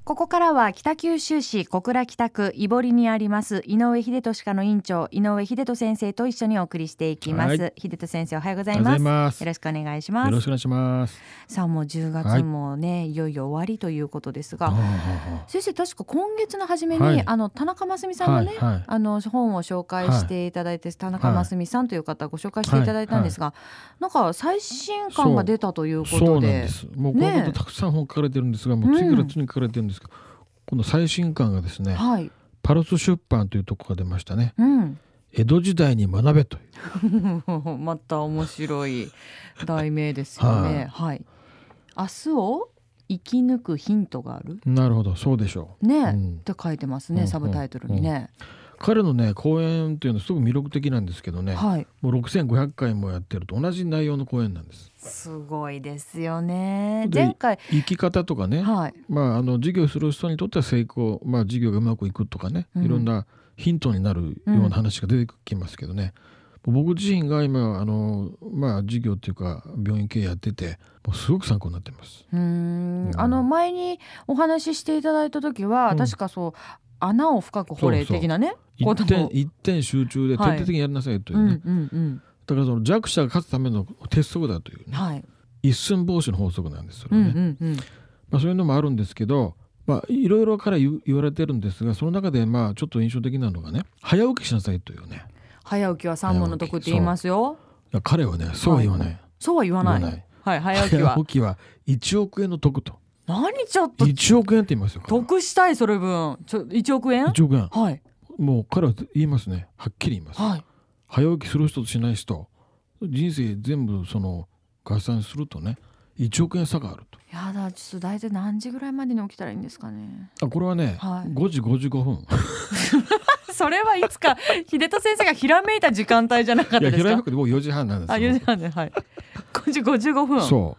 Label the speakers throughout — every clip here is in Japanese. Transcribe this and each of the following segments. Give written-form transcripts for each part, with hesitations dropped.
Speaker 1: ここからは北九州市小倉北区井堀にあります井上秀俊科の院長井上秀俊先生と一緒にお送りしていきます。秀俊先生おはようございます。よろしくお願いします。
Speaker 2: よろしくお願いします。
Speaker 1: さあもう10月もね、いよいよ終わりということですが、先生確か今月の初めに、田中真澄さんのね、本を紹介していただいて、田中真澄さんという方をご紹介していただいたんですが、なんか最新刊が出たということで、
Speaker 2: そうなんです。もうこのことたくさん本書かれてるんですが、もう次から次に書かれてるんですが、この最新刊がですね、パルス出版というところが出ましたね。江戸時代に学べという
Speaker 1: また面白い題名ですよね。明日を生き抜くヒントがある。
Speaker 2: なるほど、そうでしょう
Speaker 1: ね、って書いてますね、サブタイトルにね。
Speaker 2: 彼のね講演というのはすごく魅力的なんですけどね、もう6500回もやってると同じ内容の講演なんです。
Speaker 1: すごいですよね。前回
Speaker 2: 生き方とかね、事業する人にとっては成功、事業がうまくいくとかね、いろんなヒントになるような話が出てきますけどね、僕自身が今事業というか病院経営やってて、もうすごく参考になっています。
Speaker 1: 前にお話ししていただいた時は、確かそう穴を深く掘れ的なね、
Speaker 2: 一点集中で徹底的にやりなさいというね、だからその弱者が勝つための鉄則だというね、一寸法師の法則なんですそれね。そういうのもあるんですけど、いろいろから言われてるんですが、その中でちょっと印象的なのがね、早起きしなさいというね。
Speaker 1: 早起きは三問の得って言いますよ。
Speaker 2: 彼はね、そうは言わない。
Speaker 1: そうは言わない。早起きは
Speaker 2: 1億円の得と。
Speaker 1: 何ちょっと
Speaker 2: 1億円って言いますよ。
Speaker 1: 得したいそれ分1億円。
Speaker 2: 1億円。もう彼は言いますね、はっきり言います。早起きする人としない人、人生全部その合算するとね、1億円差があると。
Speaker 1: やだ、ちょっと大体何時ぐらいまでに起きたらいいんですかね。
Speaker 2: これはね、5時55分
Speaker 1: それはいつか秀人先生がひらめいた時間帯じゃなかったですか。
Speaker 2: ひらめくでもう4時半なんですよ。
Speaker 1: 4時半で、5時55分。
Speaker 2: そう、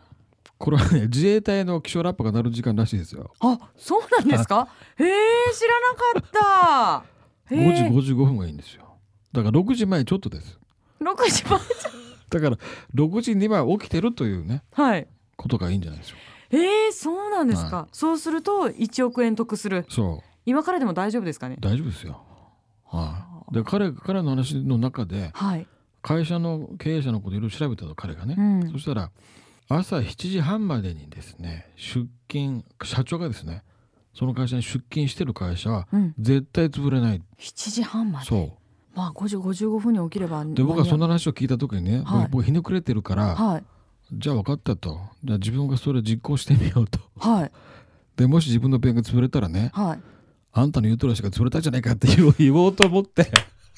Speaker 2: これはね、自衛隊の気象ラッパが鳴る時間らしいですよ。
Speaker 1: そうなんですか。知らなかった。
Speaker 2: 5時55分がいいんですよ。だから6時前ちょっとです。
Speaker 1: 6時前
Speaker 2: だから6時には起きてるというね、ことがいいんじゃないでしょうか。
Speaker 1: そうなんですか。そうすると1億円得する。
Speaker 2: そう、
Speaker 1: 今からでも大丈夫ですかね。
Speaker 2: 大丈夫ですよ。で彼の話の中で、会社の経営者のこといろいろ調べたと、彼がね、そしたら朝7時半までにですね出勤、社長がですねその会社に出勤してる会社は絶対潰れない、
Speaker 1: 7時半まで。
Speaker 2: そう、
Speaker 1: 5時55分に起きれば。
Speaker 2: で僕はその話を聞いた時にね、僕ひねくれてるから、じゃあ分かったと、じゃあ自分がそれ実行してみようと、でもし自分の病院が潰れたらね、あんたの言うとおりしか潰れたじゃないかって言おうと思って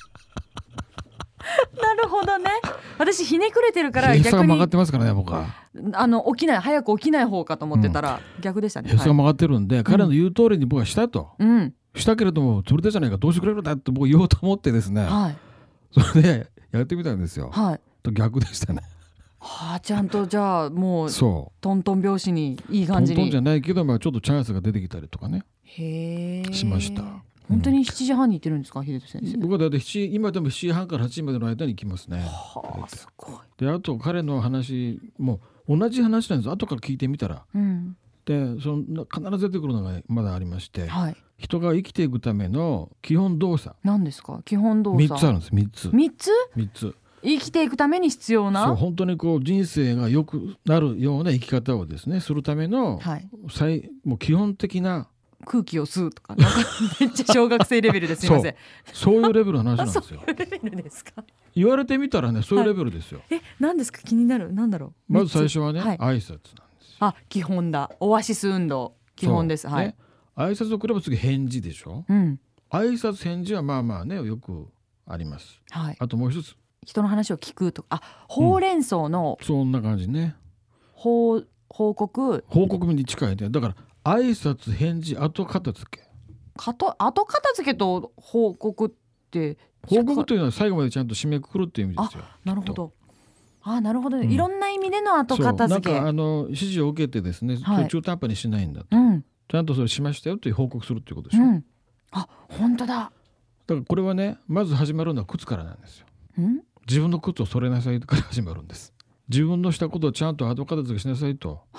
Speaker 1: なるほどね。私ひねくれてるから
Speaker 2: 逆にへそが曲がってますからね、僕は
Speaker 1: 早く起きない方かと思ってたら、逆でしたね。
Speaker 2: へそが曲がってるんで、彼の言う通りに僕はしたと、したけれども潰れたじゃないか、どうしてくれるんだって僕言おうと思ってですね、それでやってみたんですよ。と逆でしたね。
Speaker 1: ちゃんとじゃあもうトントン拍子にいい感じに、
Speaker 2: トントンじゃないけど、ちょっとチャンスが出てきたりとかねしました。
Speaker 1: 本当に7時半に行ってるんですか、秀人先生。
Speaker 2: 僕はだって今でも7時半から8時までの間に行きますね。
Speaker 1: すごい。
Speaker 2: であと彼の話も同じ話なんです。後から聞いてみたら、でその必ず出てくるのがまだありまして、人が生きていくための基本動作。
Speaker 1: 何ですか、基本動作。
Speaker 2: 3つあるんです。3つ
Speaker 1: 生きていくために必要な、
Speaker 2: 本当に人生が良くなるような生き方をですねするための、もう基本的な
Speaker 1: 空気を吸うとか、なんかめっちゃ小学生レベルです。すいません。
Speaker 2: そういうレベルの話なんですよ。
Speaker 1: そういうレベルですか。
Speaker 2: 言われてみたらね、そういうレベルですよ。
Speaker 1: 何ですか、気になる。何だろう。
Speaker 2: まず最初はね、挨拶なんですよ。
Speaker 1: 基本だ。オアシス運動基本です。挨
Speaker 2: 拶をくれば次返事でしょ。挨拶返事はねよくあります。あともう一つ、
Speaker 1: 人の話を聞くとか、ほうれん草の、
Speaker 2: そんな感じね。
Speaker 1: 報告
Speaker 2: に近いね。だから挨拶返事後片付けと
Speaker 1: 報告って、
Speaker 2: 報告というのは最後までちゃんと締めくくるっていう意味ですよ。
Speaker 1: なるほど。なるほど、いろんな意味での後片付け。
Speaker 2: なんか指示を受けてですね、中途半端にしないんだと、ちゃんとそれしましたよという報告するということでしょ。
Speaker 1: 本当だ。
Speaker 2: だからこれはね、まず始まるのは靴からなんですよ。自分の靴をそれなさいから始まるんです。自分のしたことをちゃんと後片付けしなさいと、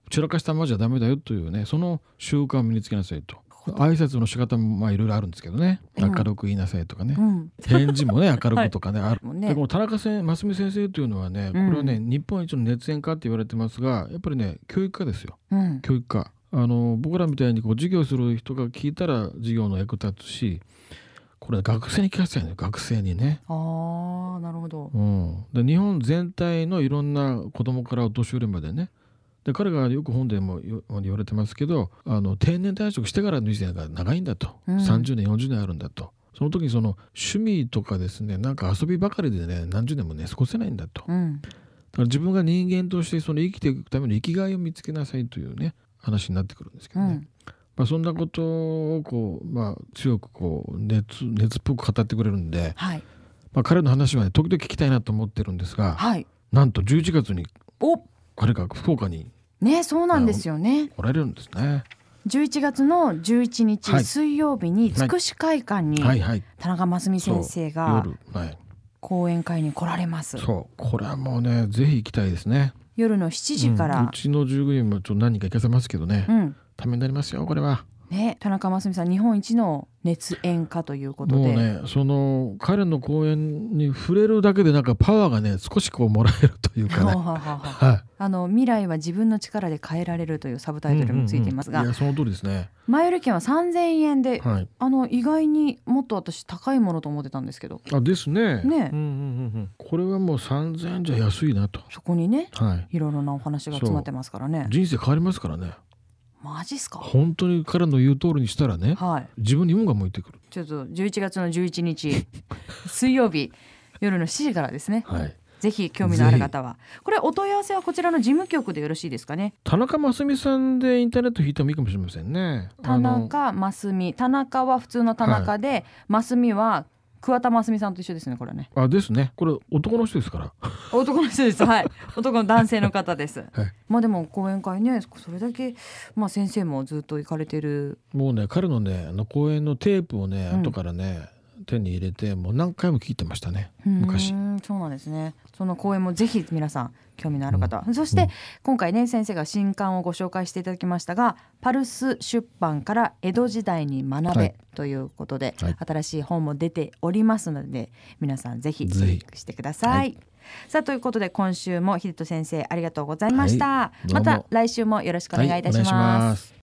Speaker 2: 散らかしたままじゃダメだよというね、その習慣を身につけなさいと。挨拶の仕方もいろいろあるんですけどね、明るく言いなさいとかね、返事もね明るくとかね、ある。でこの田中真澄先生というのはね、これはね、日本一の熱演家って言われてますが、やっぱりね教育家ですよ、教育家。僕らみたいにこう授業する人が聞いたら授業の役立つし、これ学生に聞かせたいのよ、学生にね。
Speaker 1: ああ、なるほど。
Speaker 2: で日本全体のいろんな子供からお年寄りまでね。で彼がよく本でも言われてますけど、定年退職してからの時代が長いんだと、30年40年あるんだと。その時にその趣味とかですね、なんか遊びばかりでね何十年もね過ごせないんだと、だから自分が人間としてその生きていくための生きがいを見つけなさいというね話になってくるんですけどね、そんなことをこう、強くこう熱っぽく語ってくれるんで、彼の話はね時々聞きたいなと思ってるんですが、なんと11月に彼が福岡に
Speaker 1: ね、そうなんですよね。
Speaker 2: 来られるんですね。
Speaker 1: 11月の11日、水曜日につくし会館に田中真澄先生が講演会に来られます。
Speaker 2: そう、これはもうねぜひ行きたいですね。
Speaker 1: 夜の7時から、
Speaker 2: うちの従業員もちょっと何人か行かせますけどね、ためになりますよこれは。
Speaker 1: ね、田中真澄さん日本一の熱演家ということで、
Speaker 2: もうねその彼の講演に触れるだけでなんかパワーがね少しこうもらえるというかね
Speaker 1: 未来は自分の力で変えられるというサブタイトルもついていますが、
Speaker 2: いやその通りですね。
Speaker 1: 前売り券は3000円で、意外にもっと私高いものと思ってたんですけど。
Speaker 2: ですね。これはもう3000円じゃ安いなと。
Speaker 1: そこにね、いろいろなお話が詰まってますからね。
Speaker 2: 人生変わりますからね。
Speaker 1: マジっすか。
Speaker 2: 本当に彼の言う通りにしたらね、自分に運が向いてくる。
Speaker 1: ちょっと11月の11日水曜日夜の7時からですね、ぜひ興味のある方は。これお問い合わせはこちらの事務局でよろしいですかね。
Speaker 2: 田中真澄さんでインターネット引いてもいいかもしれませんね。
Speaker 1: 田中真澄、田中は普通の田中で、真澄は桑田真澄さんと一緒ですね、これね。
Speaker 2: ですね。これ男の人ですから。
Speaker 1: 男の人です。男の男性の方です。でも講演会ね、それだけ先生もずっと行かれてる。
Speaker 2: もうね彼のね講演のテープをね、後からね手に入れてもう何回も聞いてましたね昔。
Speaker 1: そうなんですね。その講演もぜひ皆さん興味のある方は、そして今回ね先生が新刊をご紹介していただきましたが、パルス出版から江戸時代に学べということで、新しい本も出ておりますので皆さんぜひチェックしてください。さあということで今週も秀人先生ありがとうございました。また来週もよろしくお願いいたします。